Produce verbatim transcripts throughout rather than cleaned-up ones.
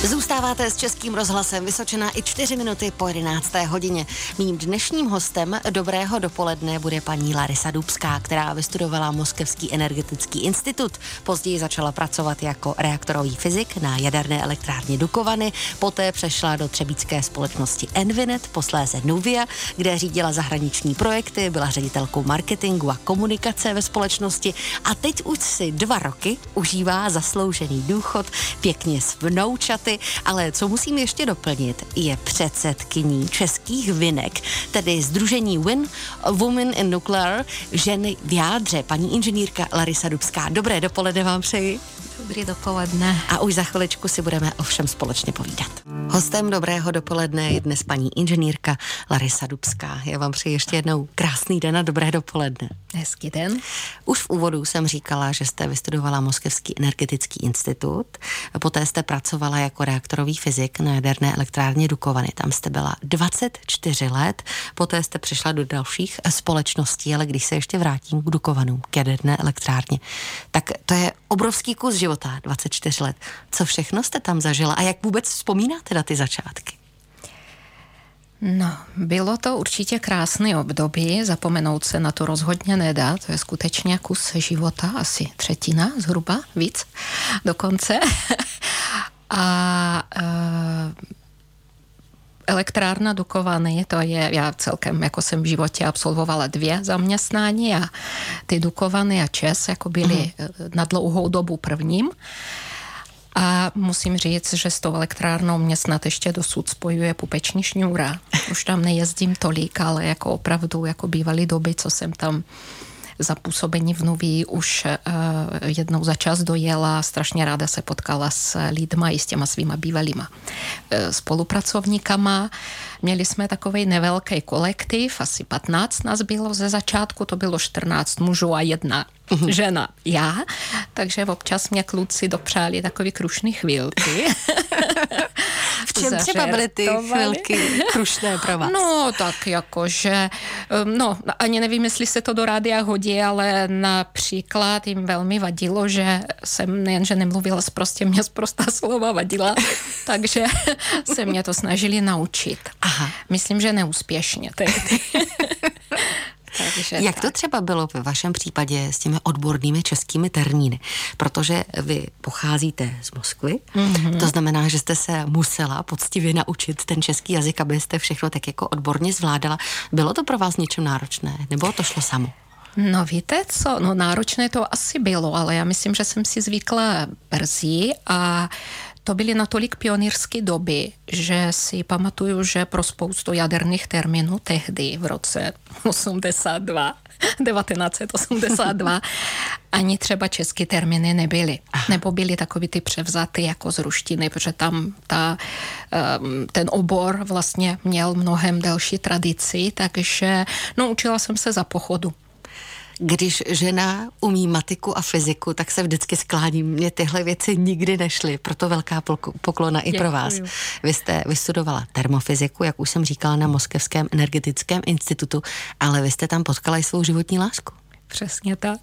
Zůstáváte s Českým rozhlasem Vysočina i čtyři minuty po jedenácté hodině. Mým dnešním hostem dobrého dopoledne bude paní Larisa Dubská, která vystudovala Moskevský energetický institut. Později začala pracovat jako reaktorový fyzik na jaderné elektrárně Dukovany, poté přešla do třebíčské společnosti Envinet, posléze Nuvia, kde řídila zahraniční projekty, byla ředitelkou marketingu a komunikace ve společnosti a teď už si dva roky užívá zasloužený důchod, pěkně s vnoučaty. Ale co musím ještě doplnit, je předsedkyní českých vinek, tedy sdružení Win Women in Nuclear, ženy v jádře, paní inženýrka Larisa Dubská. Dobré dopoledne vám přeji. Dobrý dopoledne. A už za chviličku si budeme o všem společně povídat. Hostem dobrého dopoledne je dnes paní inženýrka Larisa Dubská. Já vám přeji ještě jednou krásný den a dobré dopoledne. Hezký den. Už v úvodu jsem říkala, že jste vystudovala Moskevský energetický institut, poté jste pracovala jako reaktorový fyzik na jaderné elektrárně Dukovany. Tam jste byla dvacet čtyři let, poté jste přišla do dalších společností, ale když se ještě vrátím k Dukovanům, k jaderné elektrárně, tak to je obrovský kus života, dvacet čtyři let. Co všechno jste tam zažila a jak vůbec vzpomínáte na ty začátky? No, bylo to určitě krásné období, zapomenout se na to rozhodně nedá, to je skutečně kus života, asi třetina, zhruba, víc dokonce. A e, elektrárna Dukovany, to je, já celkem jako jsem v životě absolvovala dvě zaměstnání a ty Dukovany a ČEZ jako byly mm. na dlouhou dobu prvním. A musím říct, že s tou elektrárnou mě snad ještě dosud spojuje pupeční šňůra. Už tam nejezdím tolik, ale jako opravdu jako bývaly doby, co jsem tam za působení v Nuvii už uh, jednou za čas dojela, strašně ráda se potkala s lidma i s těma svýma bývalýma uh, spolupracovníkama. Měli jsme takovej nevelký kolektiv, asi patnáct nás bylo ze začátku, to bylo čtrnáct mužů a jedna uhum. žena, já, takže občas mě kluci dopřáli takový krušný chvílky. V čem třeba byly ty chvilky krušné pro vás? No, tak jakože, no, ani nevím, jestli se to do rádia hodí, ale například jim velmi vadilo, že jsem nejenže nemluvila sprostě, mě sprostá slova vadila, takže se mě to snažili naučit. Aha. Myslím, že neúspěšně tehdy. Takže Jak tak. to třeba bylo ve vašem případě s těmi odbornými českými termíny? Protože vy pocházíte z Moskvy, mm-hmm. to znamená, že jste se musela poctivě naučit ten český jazyk, abyste všechno tak jako odborně zvládala. Bylo to pro vás něčem náročné, nebo to šlo samo? No víte co, no náročné to asi bylo, ale já myslím, že jsem si zvykla brzy a to byly natolik pionýrské doby, že si pamatuju, že pro spoustu jaderných termínů tehdy v roce osmdesát dva, devatenáct set osmdesát dva ani třeba české termíny nebyly. Aha. Nebo byly takový ty převzaty jako z ruštiny, protože tam ta, ten obor vlastně měl mnohem delší tradici, takže no učila jsem se za pochodu. Když žena umí matiku a fyziku, tak se vždycky skláním. Mně tyhle věci nikdy nešly, proto velká poklona i pro vás. Vy jste vystudovala termofyziku, jak už jsem říkala, na Moskevském energetickém institutu, ale vy jste tam potkala i svou životní lásku. Přesně tak.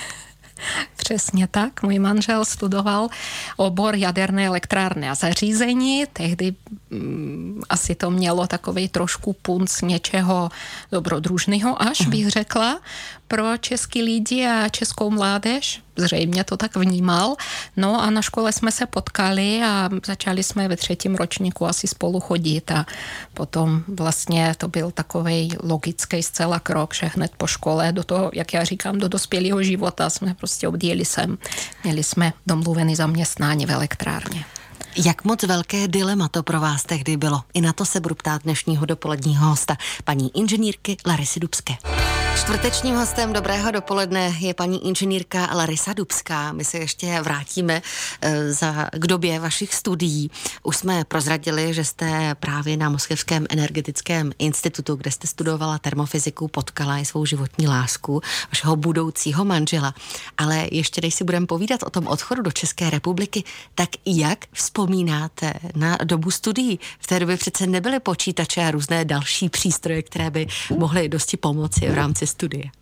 Přesně tak. Můj manžel studoval obor jaderné elektrárny a zařízení. Tehdy mm, asi to mělo takovej trošku punc něčeho dobrodružného, až uh-huh. bych řekla, pro český lidi a českou mládež. Zřejmě to tak vnímal. No a na škole jsme se potkali a začali jsme ve třetím ročníku asi spolu chodit a potom vlastně to byl takovej logický zcela krok, že hned po škole do toho, jak já říkám, do dospělého života jsme prostě odjeli sem. Měli jsme domluvený zaměstnání v elektrárně. Jak moc velké dilema to pro vás tehdy bylo? I na to se budu ptát dnešního dopoledního hosta, paní inženýrky Larisy Dubské. Čtvrtečním hostem dobrého dopoledne je paní inženýrka Larisa Dubská. My se ještě vrátíme e, za, k době vašich studií. Už jsme prozradili, že jste právě na Moskevském energetickém institutu, kde jste studovala termofyziku, potkala i svou životní lásku, vašeho budoucího manžela. Ale ještě než si budeme povídat o tom odchodu do České republiky, tak jak vzpomínáte na dobu studií? V té době přece nebyly počítače a různé další přístroje, které by mohly dosti pomoci v rámci studie.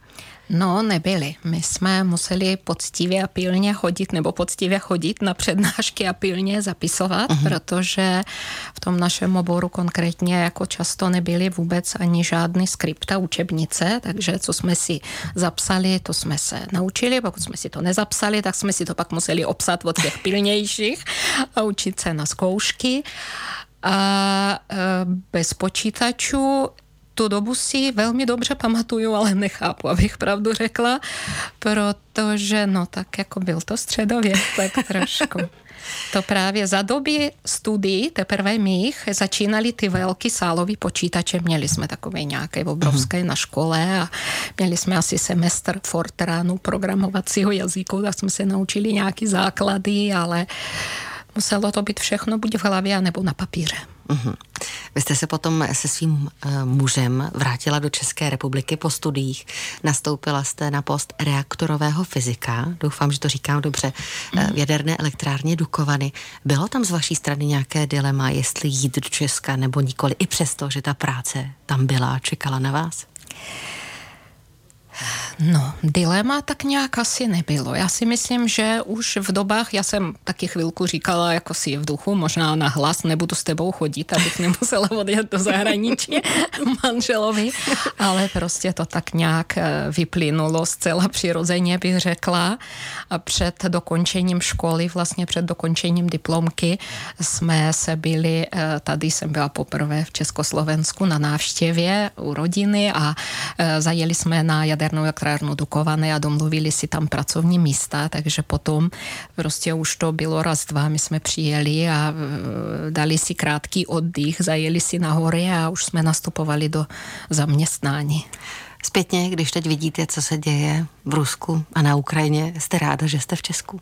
No, nebyli. My jsme museli poctivě a pilně chodit, nebo poctivě chodit na přednášky a pilně zapisovat, uh-huh. protože v tom našem oboru konkrétně jako často nebyly vůbec ani žádný skripta, učebnice, takže co jsme si zapsali, to jsme se naučili, pokud jsme si to nezapsali, tak jsme si to pak museli obsat od těch pilnějších a učit se na zkoušky. A bez počítačů tu dobu si velmi dobře pamatuju, ale nechápu, abych pravdu řekla, protože no tak jako byl to středověk, tak trošku. To právě za doby studií teprve mých začínali ty velký sálový počítače. Měli jsme takové nějaké obrovské uh-huh. na škole a měli jsme asi semestr Fortranu programovacího jazyku, tak jsme se naučili nějaký základy, ale muselo to být všechno buď v hlavě, nebo na papíře. Uhum. Vy jste se potom se svým uh, mužem vrátila do České republiky po studiích. Nastoupila jste na post reaktorového fyzika. Doufám, že to říkám dobře. Uh, v jaderné elektrárně Dukovany. Bylo tam z vaší strany nějaké dilema, jestli jít do Česka nebo nikoli, i přesto, že ta práce tam byla a čekala na vás? No, dilema tak nějak asi nebylo. Já si myslím, že už v dobách, já jsem taky chvilku říkala jako si v duchu, možná na hlas, nebudu s tebou chodit, abych nemusela odjet do zahraničí manželovi, ale prostě to tak nějak vyplynulo zcela přirozeně, bych řekla. A před dokončením školy, vlastně před dokončením diplomky jsme se byli, tady jsem byla poprvé v Československu na návštěvě u rodiny a zajeli jsme na jadernou elektrárnu Dukovany a domluvili si tam pracovní místa, takže potom prostě už to bylo raz, dva, my jsme přijeli a dali si krátký oddych, zajeli si na hory a už jsme nastupovali do zaměstnání. Zpětně, když teď vidíte, co se děje v Rusku a na Ukrajině, jste ráda, že jste v Česku?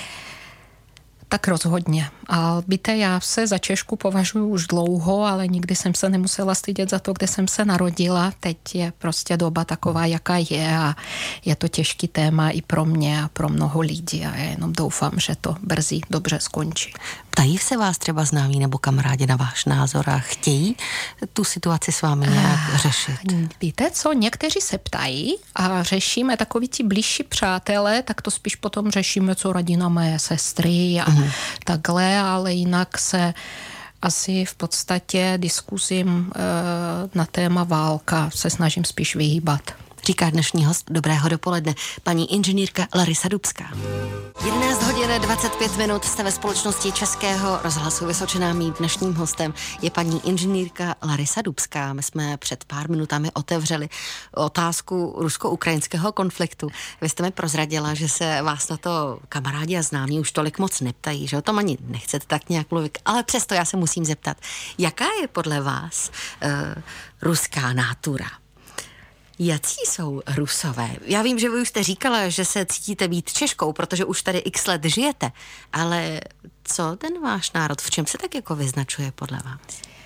Tak rozhodně. A víte, já se za Češku považuji už dlouho, ale nikdy jsem se nemusela stydět za to, kde jsem se narodila. Teď je prostě doba taková, jaká je a je to těžký téma i pro mě a pro mnoho lidí a já jenom doufám, že to brzy dobře skončí. Ptají se vás třeba známí nebo kamarádi na váš názor a chtějí tu situaci s vámi nějak řešit? Víte co, někteří se ptají a řešíme takoví ti blížší přátelé, tak to spíš potom řešíme, co rodina mé sestry a uh-huh. takhle, ale jinak se asi v podstatě diskuzím e, na téma válka se snažím spíš vyhýbat. Říká dnešní host Dobrého dopoledne, paní inženýrka Larisa Dubská. jedenáct hodin dvacet pět minut, jste ve společnosti Českého rozhlasu Vysočina. Mým dnešním hostem je paní inženýrka Larisa Dubská. My jsme před pár minutami otevřeli otázku rusko-ukrajinského konfliktu. Vy jste mi prozradila, že se vás na to kamarádi a známí už tolik moc neptají, že o tom ani nechcete tak nějak mluvit, ale přesto já se musím zeptat, jaká je podle vás uh, ruská nátura? Jací jsou Rusové? Já vím, že vy už jste říkala, že se cítíte být Češkou, protože už tady x let žijete, ale co ten váš národ, v čem se tak jako vyznačuje podle vás?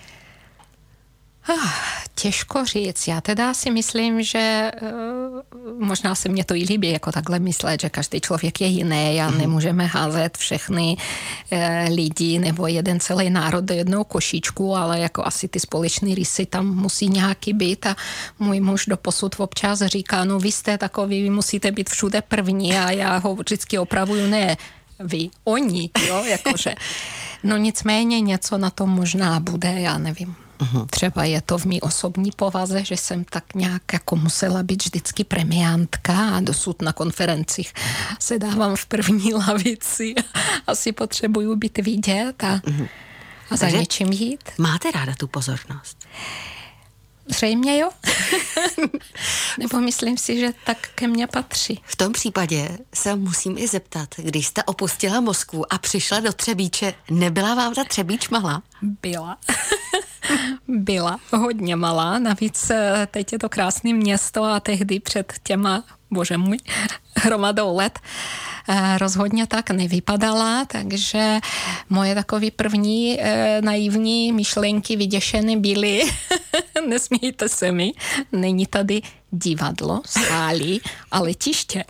Ah, těžko říct. Já teda si myslím, že uh, možná se mně to i líbí jako takhle myslet, že každý člověk je jiný a nemůžeme házet všechny uh, lidi nebo jeden celý národ do jednoho košíčku, ale jako asi ty společné rysy tam musí nějaký být a můj muž doposud občas říká, no vy jste takový, vy musíte být všude první a já ho vždycky opravuju, ne vy, oni, jo, jakože. No nicméně něco na tom možná bude, já nevím. Uhum. Třeba je to v mý osobní povaze, že jsem tak nějak jako musela být vždycky premiántka a dosud na konferencích se dávám v první lavici. Asi potřebuju být vidět a, a za něčím jít. Máte ráda tu pozornost? Zřejmě jo. Nebo myslím si, že tak ke mně patří. V tom případě se musím i zeptat, když jste opustila Moskvu a přišla do Třebíče, nebyla vám ta Třebíč malá? Byla. Byla hodně malá, navíc teď je to krásné město a tehdy před těma, bože můj, hromadou let rozhodně tak nevypadala, takže moje takové první e, naivní myšlenky vyděšeny byly, nesmějte se mi, není tady divadlo, sály, ale letiště.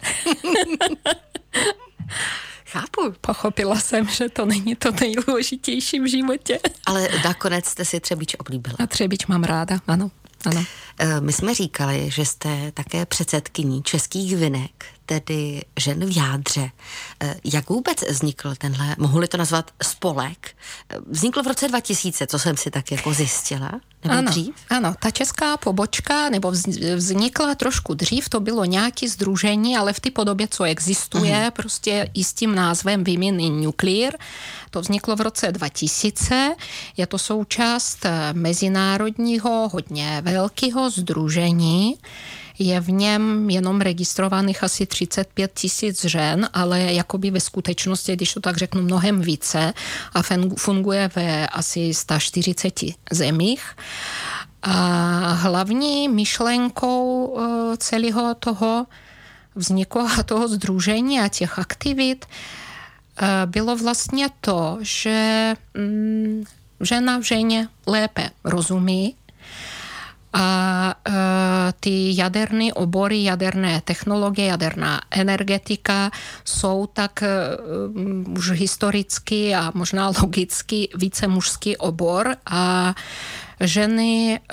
Chápu. Pochopila jsem, že to není to nejdůležitější v životě. Ale nakonec jste si Třebíč oblíbila. A Třebíč mám ráda, ano. Ano. My jsme říkali, že jste také předsedkyní Českých vinek, tedy žen v jádře. Jak vůbec vznikl tenhle, mohu-li to nazvat spolek? Vznikl v roce dva tisíce, co jsem si tak jako zjistila, nebo ano, dřív? Ano, ta česká pobočka, nebo vznikla trošku dřív, to bylo nějaké sdružení, ale v té podobě, co existuje, uh-huh. prostě i s tím názvem Women in Nuclear. To vzniklo v roce dva tisíce, je to součást mezinárodního, hodně velkého sdružení. Je v něm jenom registrovaných asi třicet pět tisíc žen, ale jakoby ve skutečnosti, když to tak řeknu, mnohem více a funguje ve asi sto čtyřicet zemích. A hlavní myšlenkou celého toho vzniku a toho sdružení a těch aktivit bylo vlastně to, že žena v ženě lépe rozumí a e, ty jaderné obory, jaderné technologie, jaderná energetika jsou tak e, už historicky a možná logicky více mužský obor a ženy e,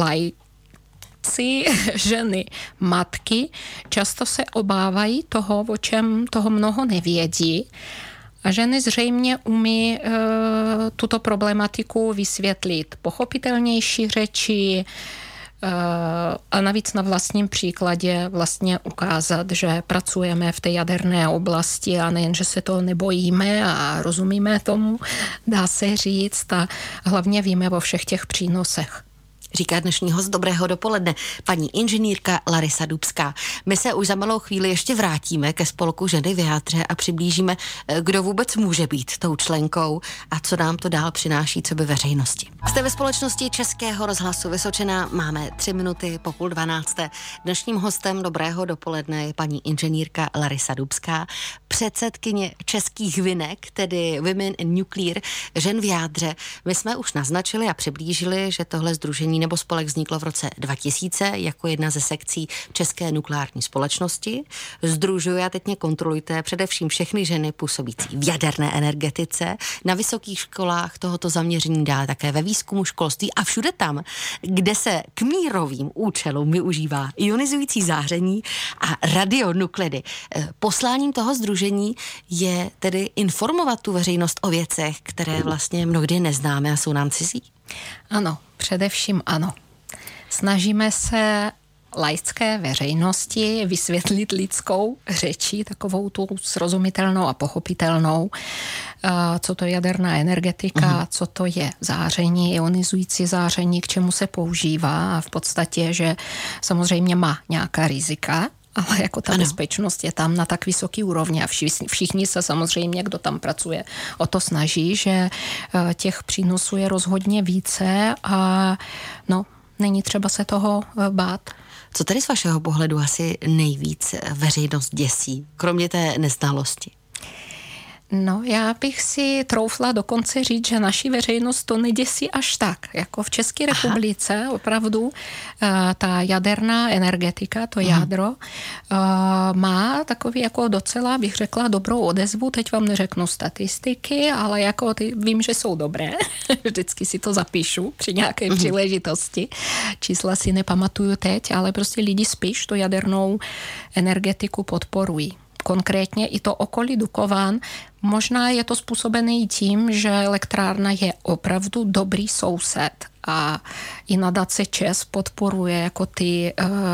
lajci, ženy matky často se obávají toho, o čem toho mnoho nevědí. A ženy zřejmě umí e, tuto problematiku vysvětlit pochopitelnější řeči e, a navíc na vlastním příkladě vlastně ukázat, že pracujeme v té jaderné oblasti a nejen, že se toho nebojíme a rozumíme tomu, dá se říct, a hlavně víme o všech těch přínosech. Říká dnešní host Dobrého dopoledne, paní inženýrka Larisa Dubská. My se už za malou chvíli ještě vrátíme ke spolku Ženy v jádře a přiblížíme, kdo vůbec může být tou členkou a co nám to dál přináší, co by veřejnosti. Jste ve společnosti Českého rozhlasu Vysočina, máme tři minuty po půl dvanácté. Dnešním hostem Dobrého dopoledne je paní inženýrka Larisa Dubská, předsedkyně Českých vinek, tedy Women in Nuclear, Žen v jádře. My jsme už naznačili a přiblížili, že tohle sdružení nebo spolek vzniklo v roce dva tisíce jako jedna ze sekcí České nukleární společnosti. Sdružuje a teď mě kontrolujte především všechny ženy působící v jaderné energetice, na vysokých školách tohoto zaměření dále také ve výzkumu, školství a všude tam, kde se k mírovým účelům využívá ionizující záření a radionuklidy. Posláním toho sdružení je tedy informovat tu veřejnost o věcech, které vlastně mnohdy neznáme a jsou nám cizí. Ano, především ano. Snažíme se laické veřejnosti vysvětlit lidskou řečí, takovou tu srozumitelnou a pochopitelnou, co to je jaderná energetika, uh-huh. co to je záření, ionizující záření, k čemu se používá a v podstatě, že samozřejmě má nějaká rizika, ale jako ta ano. bezpečnost je tam na tak vysoký úrovni a všichni, všichni se samozřejmě, kdo tam pracuje, o to snaží, že těch přínosů je rozhodně více a no, není třeba se toho bát. Co tedy z vašeho pohledu asi nejvíc veřejnost děsí, kromě té neznalosti? No, já bych si troufla dokonce říct, že naši veřejnost to neděsí až tak. Jako v České republice Aha. opravdu ta jaderná energetika, to jádro, uh, má takový jako docela, bych řekla, dobrou odezvu. Teď vám neřeknu statistiky, ale jako ty, vím, že jsou dobré. Vždycky si to zapíšu při nějaké uh-huh. příležitosti. Čísla si nepamatuju teď, ale prostě lidi spíš tu jadernou energetiku podporují. Konkrétně i to okolí Dukovan. Možná je to způsobené i tím, že elektrárna je opravdu dobrý soused a i nadace ČES podporuje jako ty,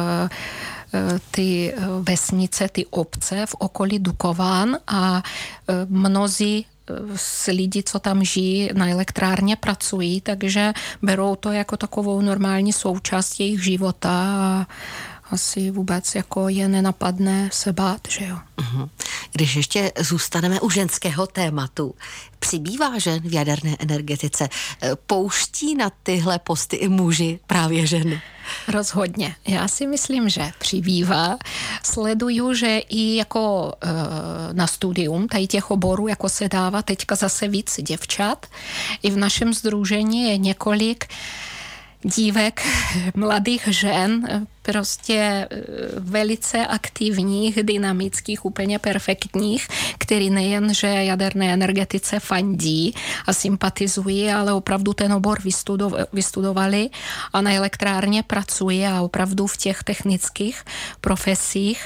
ty vesnice, ty obce v okolí Dukovan a mnozí s lidi, co tam žijí, na elektrárně pracují, takže berou to jako takovou normální součást jejich života a asi vůbec jako je nenapadne se bát, že jo. Uhum. Když ještě zůstaneme u ženského tématu, přibývá žen v jaderné energetice? Pouští na tyhle posty i muži právě ženy? Rozhodně. Já si myslím, že přibývá. Sleduju, že i jako e, na studium tady těch oborů, jako se dává teďka zase víc děvčat. I v našem sdružení je několik dívek, mladých žen, prostě velice aktivních, dynamických, úplně perfektních, který nejen, že jaderné energetice fandí a sympatizují, ale opravdu ten obor vystudovali a na elektrárně pracují a opravdu v těch technických profesích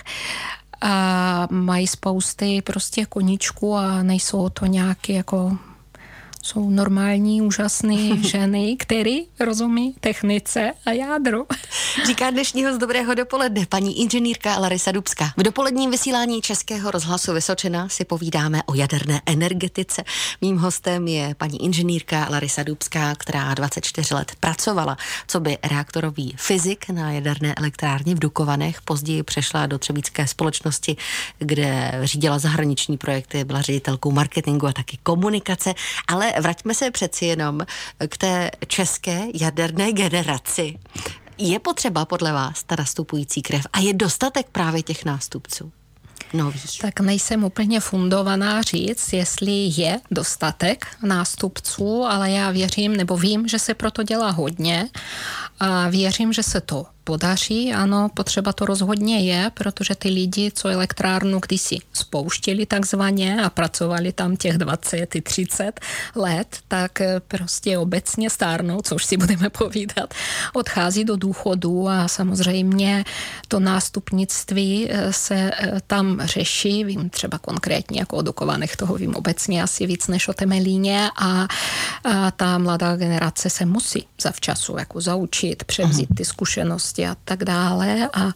a mají spousty prostě koníčků a nejsou to nějaké jako jsou normální, úžasné ženy, který rozumí technice a jádru. Říká dnešního z Dobrého dopoledne paní inženýrka Larisa Dubská. V dopoledním vysílání Českého rozhlasu Vysočina si povídáme o jaderné energetice. Mým hostem je paní inženýrka Larisa Dubská, která dvacet čtyři let pracovala coby reaktorový fyzik na jaderné elektrárně v Dukovanech. Později přešla do třebíčské společnosti, kde řídila zahraniční projekty, byla ředitelkou marketingu a taky komunikace, ale vraťme se přeci jenom k té české jaderné generaci. Je potřeba podle vás ta nastupující krev a je dostatek právě těch nástupců nových? Tak nejsem úplně fundovaná říct, jestli je dostatek nástupců, ale já věřím, nebo vím, že se proto dělá hodně a věřím, že se to podaří. Ano, potřeba to rozhodně je, protože ty lidi, co elektrárnu kdysi spouštěli takzvaně a pracovali tam těch dvacet třicet let, tak prostě obecně stárnou, což si budeme povídat, odchází do důchodu a samozřejmě to nástupnictví se tam řeší. Vím třeba konkrétně jako o Dukovanech, toho vím obecně asi víc než o Temelíně a, a ta mladá generace se musí zavčasu jako zaučit, převzít ty zkušenosti a tak dále a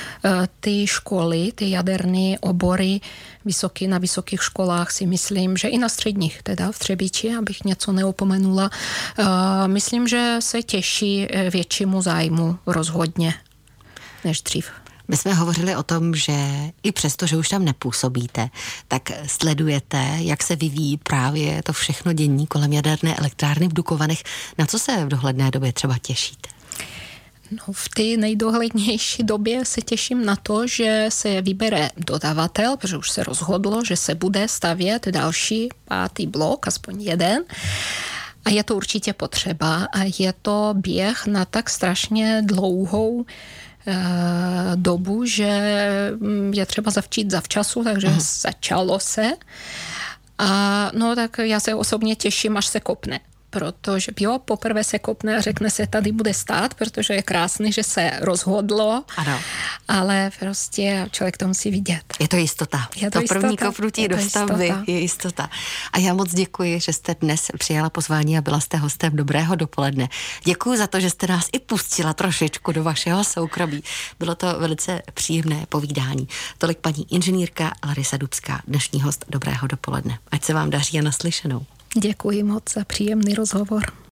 ty školy, ty jaderné obory vysoký, na vysokých školách si myslím, že i na středních, teda v Třebíči, abych něco neopomenula, myslím, že se těší většímu zájmu rozhodně než dřív. My jsme hovořili o tom, že i přesto, že už tam nepůsobíte, tak sledujete, jak se vyvíjí právě to všechno dění kolem jaderné elektrárny v Dukovanech. Na co se v dohledné době třeba těšíte? No, v té nejdohlednější době se těším na to, že se vybere dodavatel, protože už se rozhodlo, že se bude stavět další pátý blok, aspoň jeden. A je to určitě potřeba a je to běh na tak strašně dlouhou dobu, že je třeba zavčít zavčasu, takže Aha. začalo se. A no tak já se osobně těším, až se kopne. Protože jo, poprvé se kopne a řekne se, tady bude stát, protože je krásný, že se rozhodlo, ano. Ale prostě člověk to musí vidět. Je to jistota. Je to, to jistota. První kopnutí do stavby jistota. je jistota. A já moc děkuji, že jste dnes přijala pozvání a byla jste hostem Dobrého dopoledne. Děkuji za to, že jste nás i pustila trošičku do vašeho soukromí. Bylo to velice příjemné povídání. Tolik paní inženýrka Larisa Dubská, dnešní host Dobrého dopoledne. Ať se vám daří a naslyšenou. Děkuji moc za příjemný rozhovor.